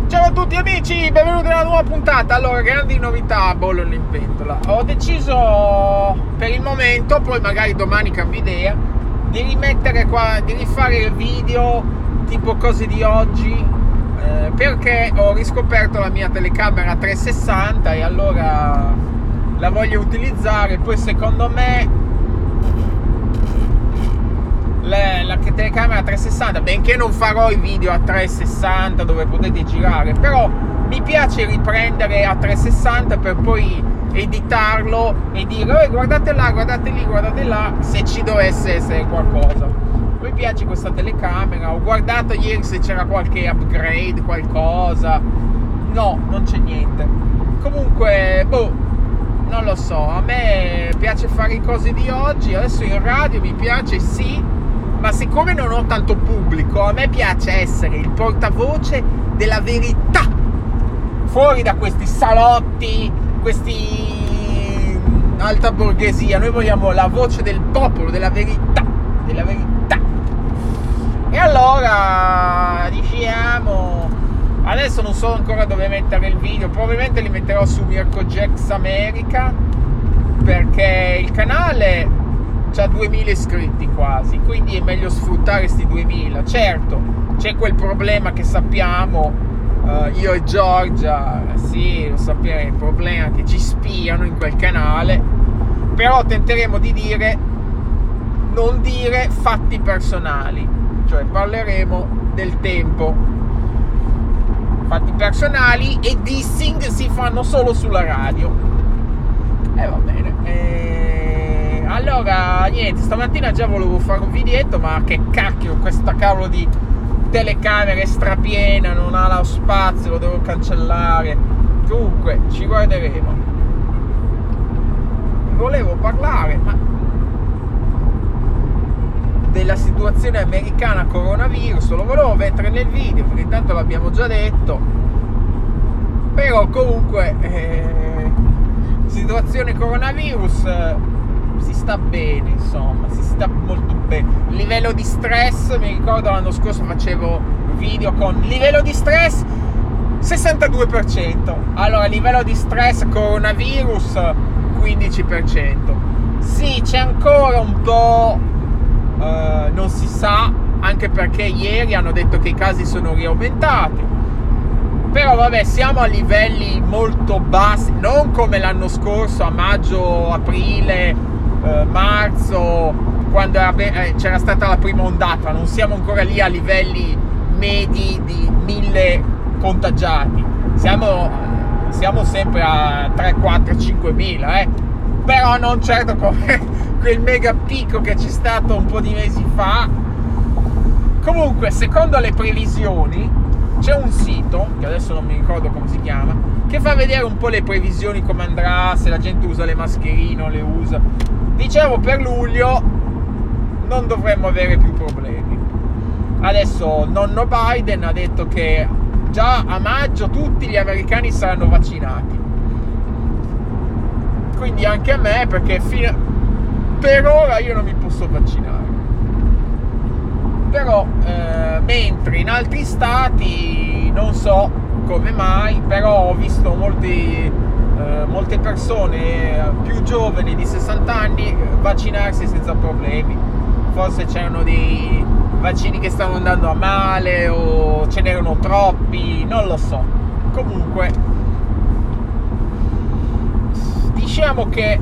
Ciao a tutti amici, benvenuti nella nuova puntata. Allora, grandi novità, bollono in pentola. Ho deciso per il momento, poi magari domani cambio idea, di rimettere qua, di rifare il video tipo cose di oggi, perché ho riscoperto la mia telecamera 360 e allora la voglio utilizzare. Poi secondo me la telecamera 360, benché non farò i video a 360 dove potete girare, però mi piace riprendere a 360 per poi editarlo e dire guardate là, guardate lì, guardate là, se ci dovesse essere qualcosa. Mi piace questa telecamera. Ho guardato ieri se c'era qualche upgrade, qualcosa. No, non c'è niente. Comunque, non lo so, a me piace fare i cose di oggi. Adesso in radio mi piace, sì, ma siccome non ho tanto pubblico, a me piace essere il portavoce della verità, fuori da questi salotti, questi alta borghesia. Noi vogliamo la voce del popolo, della verità, della verità. E allora diciamo, adesso non so ancora dove mettere il video, probabilmente li metterò su Mirko Jax America, perché il canale c'ha 2000 iscritti quasi, quindi è meglio sfruttare questi 2000. Certo, c'è quel problema che sappiamo, io e Giorgia, sì, lo sappiamo, il problema che ci spiano in quel canale, però tenteremo di non dire fatti personali, cioè parleremo del tempo. Fatti personali e dissing si fanno solo sulla radio. Va bene. Allora, niente, stamattina già volevo fare un videetto, ma che cacchio, questa cavolo di telecamera è strapiena, non ha lo spazio, lo devo cancellare. Comunque, ci guarderemo. Volevo parlare, della situazione americana coronavirus, lo volevo mettere nel video, perché intanto l'abbiamo già detto. Però comunque, situazione coronavirus, si sta bene, insomma, si sta molto bene. Livello di stress, mi ricordo l'anno scorso facevo video con livello di stress 62%. Allora, livello di stress coronavirus 15%. Sì, c'è ancora un po', non si sa, anche perché ieri hanno detto che i casi sono riaumentati. Però vabbè, siamo a livelli molto bassi, non come l'anno scorso a maggio, aprile, marzo, quando c'era stata la prima ondata. Non siamo ancora lì a livelli medi di 1000 contagiati, siamo sempre a 3, 4, 5.000, però non certo come quel mega picco che c'è stato un po' di mesi fa. Comunque, secondo le previsioni, c'è un sito, che adesso non mi ricordo come si chiama, che fa vedere un po' le previsioni, come andrà, se la gente usa le mascherine o le usa. Dicevo, per luglio non dovremmo avere più problemi. Adesso nonno Biden ha detto che già a maggio tutti gli americani saranno vaccinati, quindi anche a me, perché per ora io non mi posso vaccinare. Però mentre in altri stati non so come mai, però ho visto molte persone più giovani di 60 anni vaccinarsi senza problemi. Forse c'erano dei vaccini che stavano andando a male o ce n'erano troppi, non lo so. Comunque, diciamo che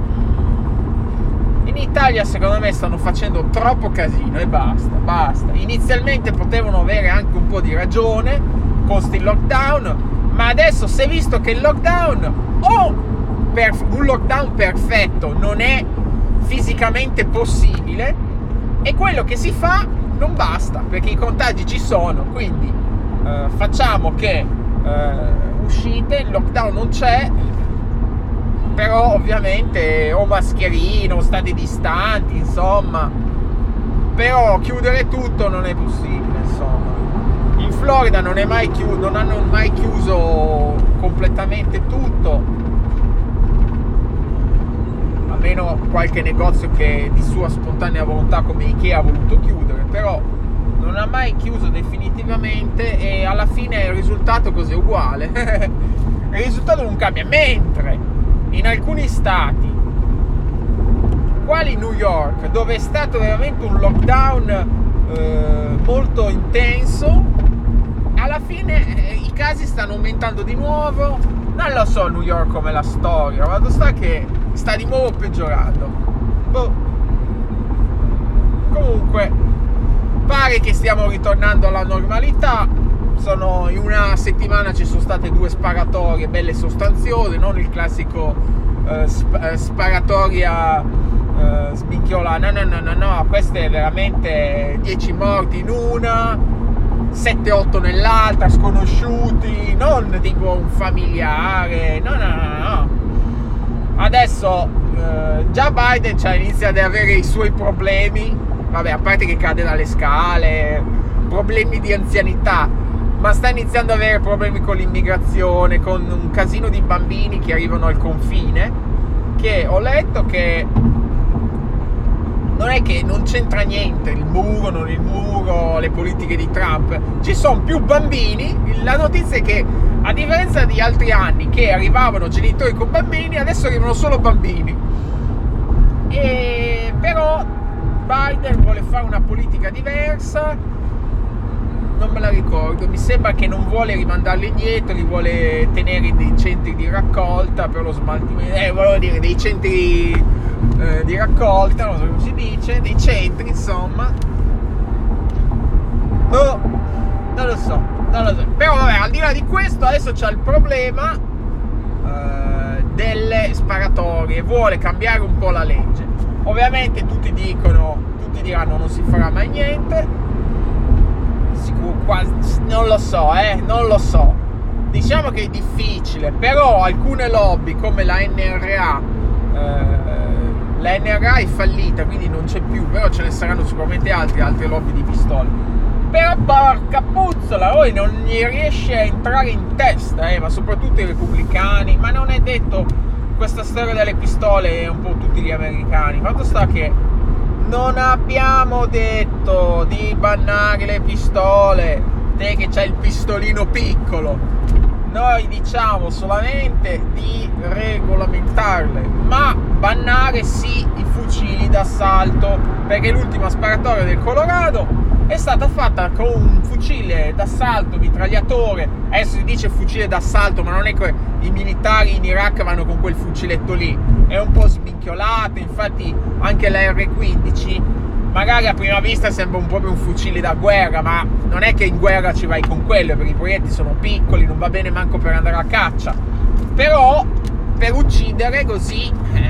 in Italia secondo me stanno facendo troppo casino e basta. Inizialmente potevano avere anche un po' di ragione con sti lockdown, ma adesso si è visto che il lockdown, un lockdown perfetto non è fisicamente possibile, e quello che si fa non basta, perché i contagi ci sono. Quindi facciamo che uscite, il lockdown non c'è, però ovviamente o mascherino, state distanti, insomma, però chiudere tutto non è possibile, insomma. In Florida non hanno mai chiuso completamente tutto, a meno qualche negozio che di sua spontanea volontà come Ikea ha voluto chiudere, però non ha mai chiuso definitivamente, e alla fine il risultato risultato cos'è? Uguale. Il risultato non cambia, mentre in alcuni stati, quali New York, dove è stato veramente un lockdown molto intenso, alla fine i casi stanno aumentando di nuovo. Non lo so New York come la storia, ma sta che sta di nuovo peggiorando. Comunque pare che stiamo ritornando alla normalità. In una settimana ci sono state 2 sparatorie belle sostanziose, non il classico sparatoria sminchiola, no, queste veramente 10 morti in una, 7-8 nell'altra, sconosciuti, non tipo un familiare, no. Adesso già Biden inizia ad avere i suoi problemi, vabbè, a parte che cade dalle scale, problemi di anzianità, ma sta iniziando ad avere problemi con l'immigrazione, con un casino di bambini che arrivano al confine, che ho letto che non è che non c'entra niente il muro, non il muro, le politiche di Trump, ci sono più bambini. La notizia è che a differenza di altri anni che arrivavano genitori con bambini, adesso arrivano solo bambini. E però Biden vuole fare una politica diversa, non me la ricordo, mi sembra che non vuole rimandarli indietro, li vuole tenere in dei centri di raccolta per lo smaltimento, volevo dire dei centri di raccolta, non so come si dice, dei centri, insomma. Non lo so. Però vabbè, al di là di questo, adesso c'è il problema delle sparatorie, vuole cambiare un po' la legge. Ovviamente tutti diranno non si farà mai niente. Non lo so. Diciamo che è difficile, però alcune lobby come la NRA è fallita, quindi non c'è più, però ce ne saranno sicuramente altre lobby di pistole. Però porca puzzola, poi non gli riesce a entrare in testa, ma soprattutto i repubblicani, ma non è detto, questa storia delle pistole è un po' tutti gli americani. Fatto sta che non abbiamo detto di bannare le pistole, te che c'hai il pistolino piccolo, noi diciamo solamente di regolamentarle, ma bannare sì i fucili d'assalto, perché l'ultima sparatoria del Colorado è stata fatta con un fucile d'assalto mitragliatore. Adesso si dice fucile d'assalto, ma non è che i militari in Iraq vanno con quel fuciletto lì, è un po' sminchiolato. Infatti anche la R15 magari a prima vista sembra proprio un fucile da guerra, ma non è che in guerra ci vai con quello, perché i proiettili sono piccoli, non va bene manco per andare a caccia. Però per uccidere così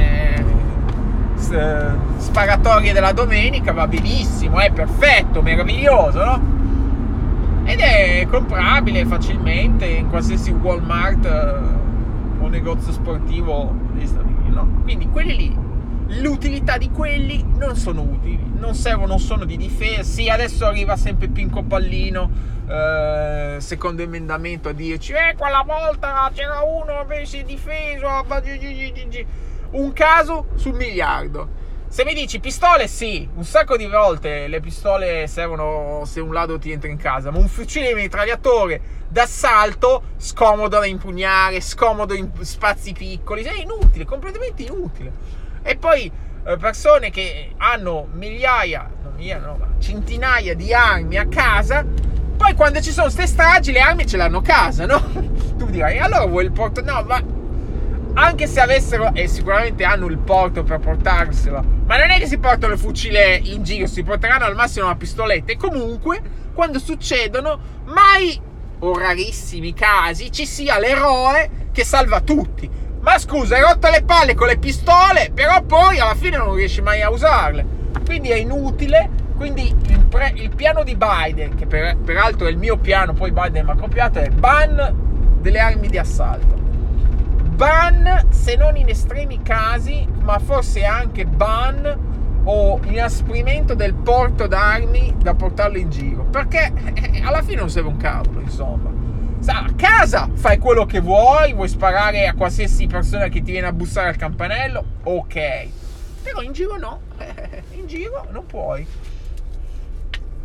sparatorie della domenica va benissimo, è perfetto, meraviglioso, no? Ed è comprabile facilmente in qualsiasi Walmart o negozio sportivo degli Stati Uniti, no? Quindi quelli lì, l'utilità di quelli non sono utili, non servono, non sono di difesa. Sì, adesso arriva sempre Pinco Pallino, secondo emendamento, a dirci quella volta c'era uno che si è difeso, un caso sul miliardo. Se mi dici pistole, sì, un sacco di volte le pistole servono se un ladro ti entra in casa, ma un fucile mitragliatore d'assalto, scomodo da impugnare, scomodo in spazi piccoli, è inutile, completamente inutile. E poi persone che hanno centinaia di armi a casa, poi quando ci sono ste stragi le armi ce l'hanno a casa, no? Tu dirai, allora vuoi il porto? No, ma anche se avessero, e sicuramente hanno il porto per portarselo, ma non è che si portano il fucile in giro, si porteranno al massimo una pistoletta. E comunque quando succedono, mai o rarissimi casi, ci sia l'eroe che salva tutti. Ma scusa, hai rotto le palle con le pistole, però poi alla fine non riesci mai a usarle, quindi è inutile. Quindi il piano di Biden, che peraltro è il mio piano, poi Biden mi ha copiato, è ban delle armi di assalto, ban se non in estremi casi, ma forse anche ban o inasprimento del porto d'armi da portarlo in giro, perché alla fine non serve un cavolo, insomma. A casa fai quello che vuoi sparare a qualsiasi persona che ti viene a bussare al campanello, ok, però in giro no, in giro non puoi.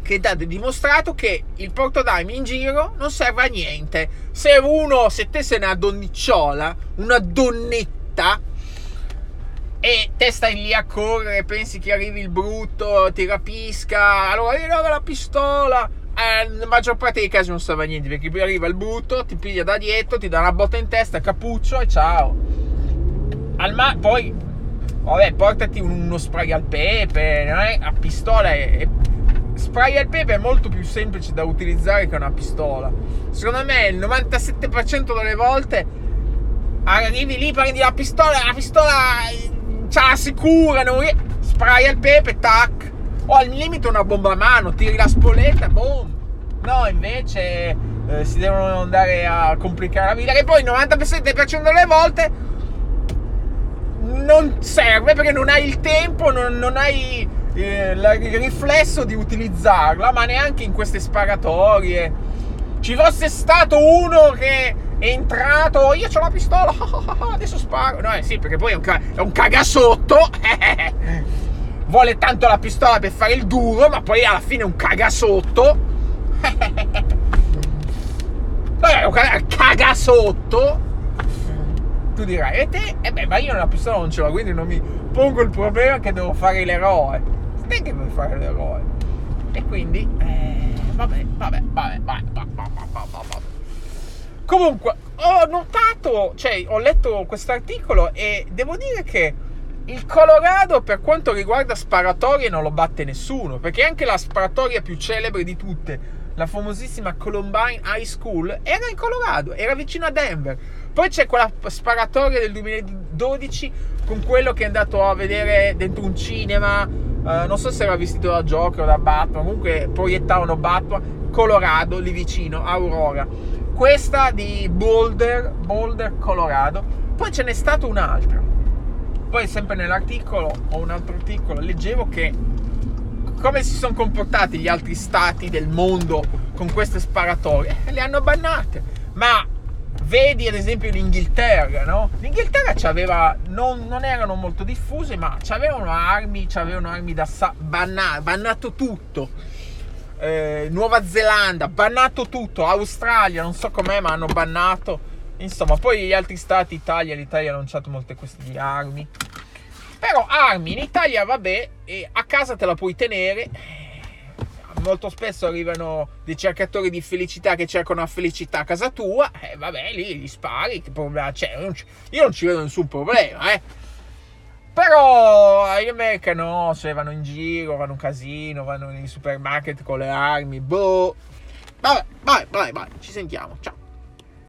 che è dato dimostrato che il porto d'armi in giro non serve a niente. Se te sei una donnicciola, una donnetta, e te stai lì a correre, pensi che arrivi il brutto, ti rapisca, allora dove la pistola? Nella maggior parte dei casi non serve a niente, perché poi arriva il brutto, ti piglia da dietro, ti dà una botta in testa, cappuccio e ciao. Poi vabbè, portati uno spray al pepe, non è? A pistola spray al pepe è molto più semplice da utilizzare che una pistola. Secondo me il 97% delle volte arrivi lì, prendi la pistola c'ha la sicura, spray al pepe, tac, o al limite una bomba a mano, tiri la spoletta, boom. No, invece si devono andare a complicare la vita, che poi il 97% delle volte non serve, perché non hai il tempo, non hai il riflesso di utilizzarla, ma neanche in queste sparatorie. Ci fosse stato uno che è entrato, io c'ho la pistola, adesso sparo. No, sì, perché poi è un cagasotto. Vuole tanto la pistola per fare il duro, ma poi alla fine è un cagasotto. È un cagasotto. Tu dirai, e te? Ma io la pistola non ce l'ho, quindi non mi pongo il problema che devo fare l'eroe. Te che vuoi fare l'eroe? E quindi, vabbè. Comunque, ho letto quest'articolo e devo dire che il Colorado, per quanto riguarda sparatorie, non lo batte nessuno, perché anche la sparatoria più celebre di tutte, la famosissima Columbine High School, era in Colorado, era vicino a Denver. Poi c'è quella sparatoria del 2012 con quello che è andato a vedere dentro un cinema, non so se era vestito da Joker o da Batman, comunque proiettavano Batman, Colorado, lì vicino, Aurora. Questa di Boulder, Colorado. Poi ce n'è stata un'altra. Poi sempre nell'articolo, o un altro articolo, leggevo che come si sono comportati gli altri stati del mondo con queste sparatorie, le hanno bannate. Ma vedi ad esempio l'Inghilterra, no? L'Inghilterra c'aveva, non erano molto diffuse, ma c'avevano armi da bannato tutto. Nuova Zelanda, bannato tutto. Australia, non so com'è, ma hanno bannato. Insomma, poi gli altri stati, l'Italia ha lanciato molte queste di armi. Però armi in Italia, vabbè, e a casa te la puoi tenere. Molto spesso arrivano dei cercatori di felicità che cercano la felicità a casa tua. Vabbè, lì gli spari, che problema c'è? Io non ci vedo nessun problema, Però in America no, cioè vanno in giro, vanno un casino, vanno nei supermarket con le armi, boh. Vabbè, ci sentiamo, ciao.